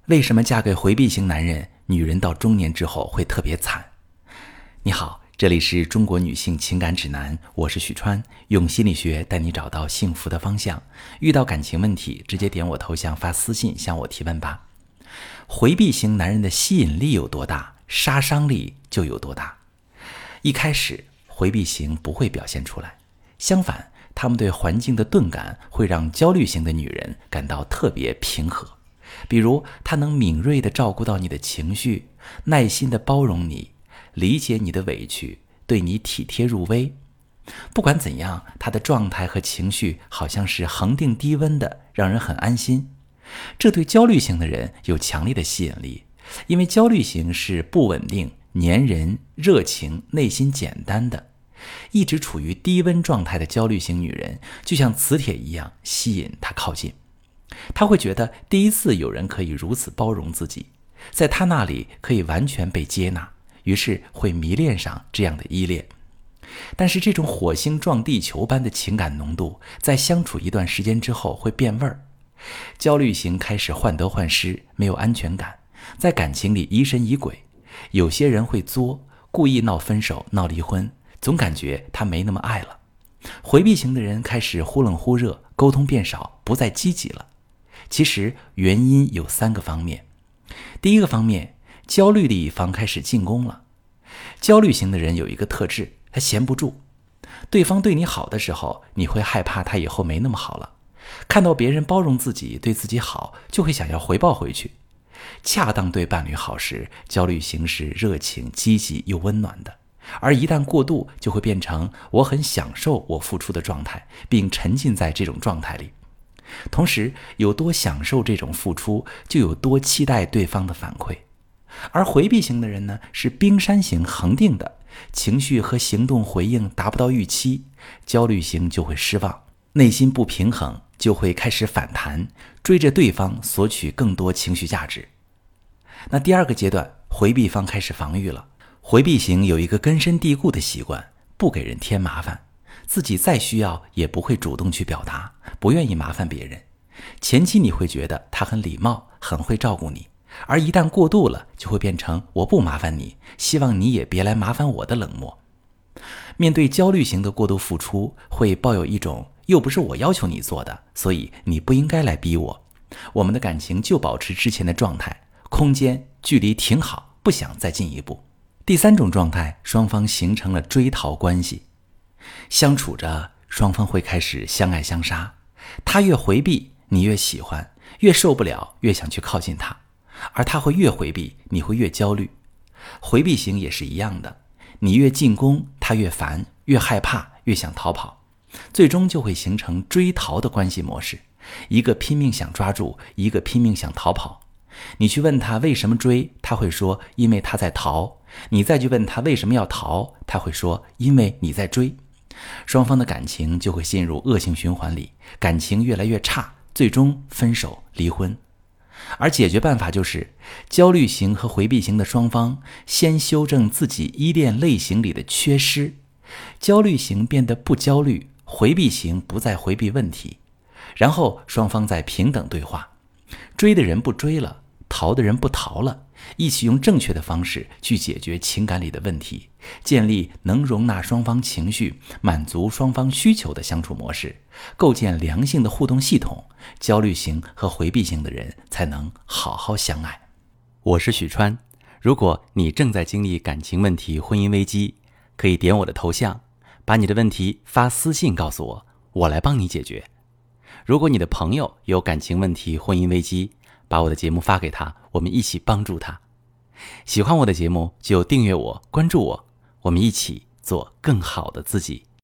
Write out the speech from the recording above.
为什么嫁给回避型男人，女人到中年之后会特别惨？你好，这里是中国女性情感指南，我是许川，用心理学带你找到幸福的方向。遇到感情问题，直接点我头像发私信向我提问吧。回避型男人的吸引力有多大，杀伤力就有多大。一开始，回避型不会表现出来，相反，他们对环境的钝感会让焦虑型的女人感到特别平和。比如他能敏锐地照顾到你的情绪，耐心地包容你，理解你的委屈，对你体贴入微。不管怎样，他的状态和情绪好像是恒定低温的，让人很安心。这对焦虑型的人有强烈的吸引力，因为焦虑型是不稳定、粘人、热情、内心简单的。一直处于低温状态的焦虑型女人，就像磁铁一样吸引他靠近。他会觉得第一次有人可以如此包容自己，在他那里可以完全被接纳，于是会迷恋上这样的依恋。但是这种火星撞地球般的情感浓度，在相处一段时间之后会变味儿。焦虑型开始患得患失，没有安全感，在感情里疑神疑鬼。有些人会作，故意闹分手、闹离婚，总感觉他没那么爱了。回避型的人开始忽冷忽热，沟通变少，不再积极了。其实原因有3个方面。第一个方面，焦虑的一方开始进攻了。焦虑型的人有一个特质，他闲不住。对方对你好的时候，你会害怕他以后没那么好了。看到别人包容自己，对自己好，就会想要回报回去。恰当对伴侣好时，焦虑型是热情、积极又温暖的。而一旦过度，就会变成我很享受我付出的状态，并沉浸在这种状态里。同时，有多享受这种付出，就有多期待对方的反馈。而回避型的人呢，是冰山型恒定的，情绪和行动回应达不到预期，焦虑型就会失望，内心不平衡，就会开始反弹，追着对方索取更多情绪价值。那第2个阶段，回避方开始防御了。回避型有一个根深蒂固的习惯，不给人添麻烦，自己再需要也不会主动去表达，不愿意麻烦别人。前期你会觉得他很礼貌，很会照顾你，而一旦过度了，就会变成我不麻烦你，希望你也别来麻烦我的冷漠。面对焦虑型的过度付出，会抱有一种又不是我要求你做的，所以你不应该来逼我，我们的感情就保持之前的状态，空间距离挺好，不想再进一步。第3种状态，双方形成了追逃关系。相处着，双方会开始相爱相杀，他越回避，你越喜欢，越受不了，越想去靠近他，而他会越回避，你会越焦虑。回避型也是一样的，你越进攻，他越烦，越害怕，越想逃跑，最终就会形成追逃的关系模式，一个拼命想抓住，一个拼命想逃跑。你去问他为什么追，他会说因为他在逃，你再去问他为什么要逃，他会说因为你在追。双方的感情就会陷入恶性循环里，感情越来越差，最终分手离婚。而解决办法就是焦虑型和回避型的双方先修正自己依恋类型里的缺失，焦虑型变得不焦虑，回避型不再回避问题，然后双方再平等对话，追的人不追了，逃的人不逃了，一起用正确的方式去解决情感里的问题，建立能容纳双方情绪、满足双方需求的相处模式，构建良性的互动系统，焦虑型和回避型的人才能好好相爱。我是许川，如果你正在经历感情问题、婚姻危机，可以点我的头像，把你的问题发私信告诉我，我来帮你解决。如果你的朋友有感情问题、婚姻危机，把我的节目发给他，我们一起帮助他。喜欢我的节目就订阅我、关注我，我们一起做更好的自己。